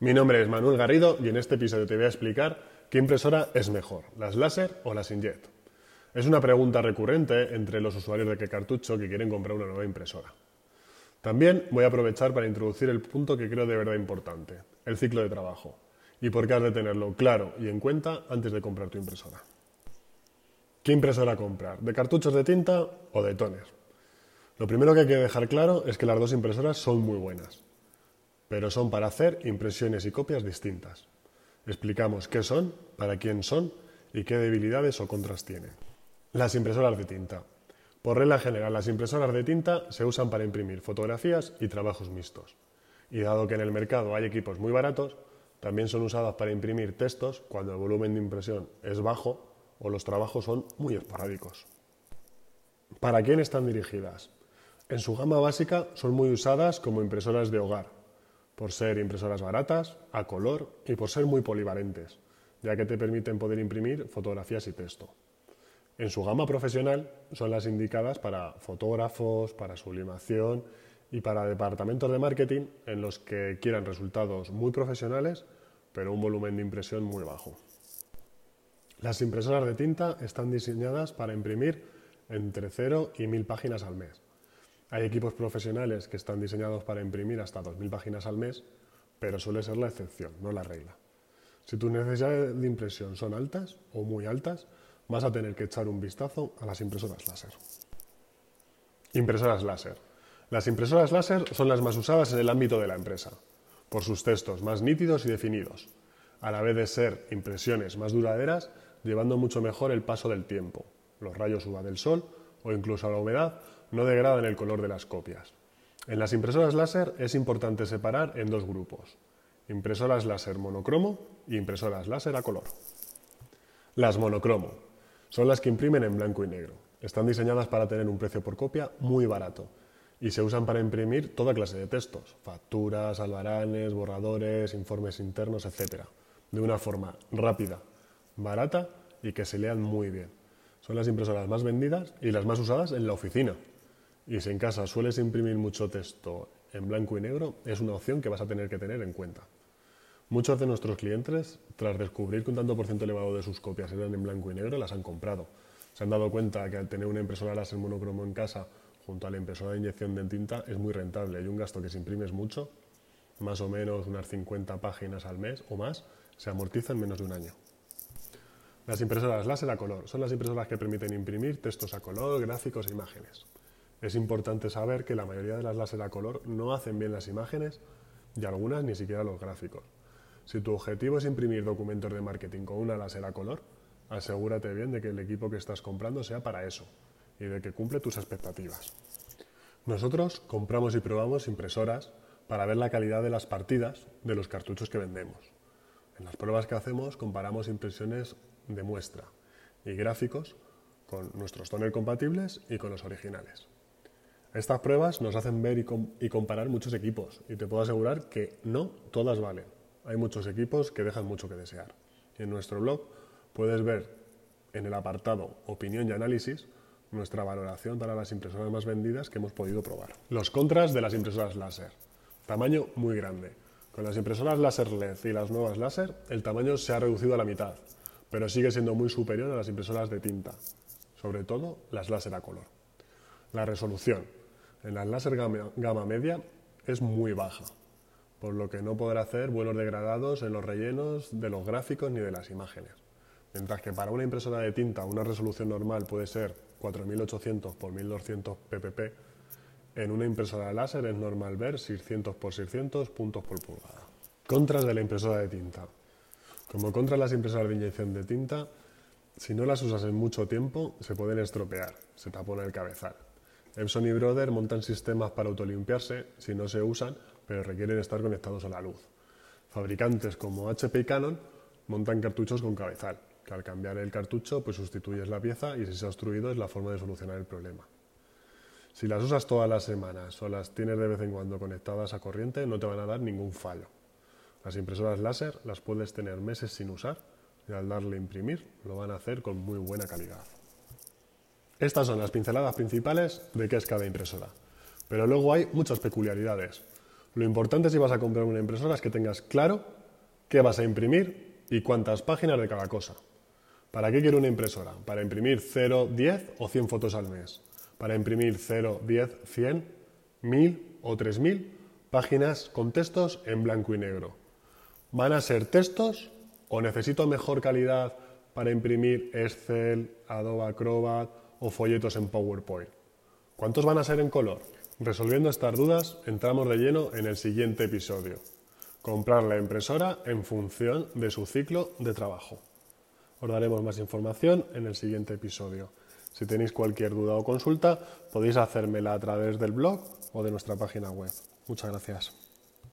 Mi nombre es Manuel Garrido y en este episodio te voy a explicar qué impresora es mejor, las láser o las inkjet. Es una pregunta recurrente entre los usuarios de QueCartucho que quieren comprar una nueva impresora. También voy a aprovechar para introducir el punto que creo de verdad importante, el ciclo de trabajo, y por qué has de tenerlo claro y en cuenta antes de comprar tu impresora. ¿Qué impresora comprar? ¿De cartuchos de tinta o de tóner? Lo primero que hay que dejar claro es que las dos impresoras son muy buenas, pero son para hacer impresiones y copias distintas. Explicamos qué son, para quién son y qué debilidades o contras tienen. Las impresoras de tinta. Por regla general, las impresoras de tinta se usan para imprimir fotografías y trabajos mixtos. Y dado que en el mercado hay equipos muy baratos, también son usadas para imprimir textos cuando el volumen de impresión es bajo o los trabajos son muy esporádicos. ¿Para quién están dirigidas? En su gama básica son muy usadas como impresoras de hogar, por ser impresoras baratas, a color y por ser muy polivalentes, ya que te permiten poder imprimir fotografías y texto. En su gama profesional son las indicadas para fotógrafos, para sublimación y para departamentos de marketing en los que quieran resultados muy profesionales, pero un volumen de impresión muy bajo. Las impresoras de tinta están diseñadas para imprimir entre 0 y 1000 páginas al mes. Hay equipos profesionales que están diseñados para imprimir hasta 2000 páginas al mes, pero suele ser la excepción, no la regla. Si tus necesidades de impresión son altas o muy altas, vas a tener que echar un vistazo a las impresoras láser. Impresoras láser. Las impresoras láser son las más usadas en el ámbito de la empresa, por sus textos más nítidos y definidos, a la vez de ser impresiones más duraderas, llevando mucho mejor el paso del tiempo. Los rayos UV del sol o incluso la humedad no degradan el color de las copias. En las impresoras láser es importante separar en dos grupos: impresoras láser monocromo y impresoras láser a color. Las monocromo son las que imprimen en blanco y negro. Están diseñadas para tener un precio por copia muy barato y se usan para imprimir toda clase de textos, facturas, albaranes, borradores, informes internos, etc., de una forma rápida, barata y que se lean muy bien. Son las impresoras más vendidas y las más usadas en la oficina. Y si en casa sueles imprimir mucho texto en blanco y negro, es una opción que vas a tener que tener en cuenta. Muchos de nuestros clientes, tras descubrir que un tanto por ciento elevado de sus copias eran en blanco y negro, las han comprado. Se han dado cuenta que al tener una impresora láser monocromo en casa junto a la impresora de inyección de tinta es muy rentable y un gasto que si imprimes mucho, más o menos unas 50 páginas al mes o más, se amortiza en menos de un año. Las impresoras láser a color son las impresoras que permiten imprimir textos a color, gráficos e imágenes. Es importante saber que la mayoría de las láser a color no hacen bien las imágenes y algunas ni siquiera los gráficos. Si tu objetivo es imprimir documentos de marketing con una láser a color, asegúrate bien de que el equipo que estás comprando sea para eso y de que cumple tus expectativas. Nosotros compramos y probamos impresoras para ver la calidad de las partidas de los cartuchos que vendemos. En las pruebas que hacemos comparamos impresiones de muestra y gráficos con nuestros tóner compatibles y con los originales. Estas pruebas nos hacen ver y comparar muchos equipos y te puedo asegurar que no todas valen. Hay muchos equipos que dejan mucho que desear. En nuestro blog puedes ver en el apartado Opinión y Análisis nuestra valoración para las impresoras más vendidas que hemos podido probar. Los contras de las impresoras láser. Tamaño muy grande. Con las impresoras láser LED y las nuevas láser, el tamaño se ha reducido a la mitad, pero sigue siendo muy superior a las impresoras de tinta, sobre todo las láser a color. La resolución. En las láser gama media es muy baja, por lo que no podrá hacer buenos degradados en los rellenos de los gráficos ni de las imágenes. Mientras que para una impresora de tinta una resolución normal puede ser 4800 x 1200 ppp, en una impresora láser es normal ver 600 x 600 puntos por pulgada. Contras de la impresora de tinta. Como contra las impresoras de inyección de tinta, si no las usas en mucho tiempo, se pueden estropear, se tapona el cabezal. Epson y Brother montan sistemas para autolimpiarse si no se usan, pero requieren estar conectados a la luz. Fabricantes como HP y Canon montan cartuchos con cabezal, que al cambiar el cartucho pues sustituyes la pieza y si se ha obstruido es la forma de solucionar el problema. Si las usas todas las semanas o las tienes de vez en cuando conectadas a corriente, no te van a dar ningún fallo. Las impresoras láser las puedes tener meses sin usar y al darle a imprimir lo van a hacer con muy buena calidad. Estas son las pinceladas principales de qué es cada impresora, pero luego hay muchas peculiaridades. Lo importante si vas a comprar una impresora es que tengas claro qué vas a imprimir y cuántas páginas de cada cosa. ¿Para qué quiero una impresora? ¿Para imprimir 0, 10 o 100 fotos al mes? ¿Para imprimir 0, 10, 100, 1000 o 3000 páginas con textos en blanco y negro? ¿Van a ser textos o necesito mejor calidad para imprimir Excel, Adobe Acrobat o folletos en PowerPoint? ¿Cuántos van a ser en color? Resolviendo estas dudas, entramos de lleno en el siguiente episodio. Comprar la impresora en función de su ciclo de trabajo. Os daremos más información en el siguiente episodio. Si tenéis cualquier duda o consulta, podéis hacérmela a través del blog o de nuestra página web. Muchas gracias.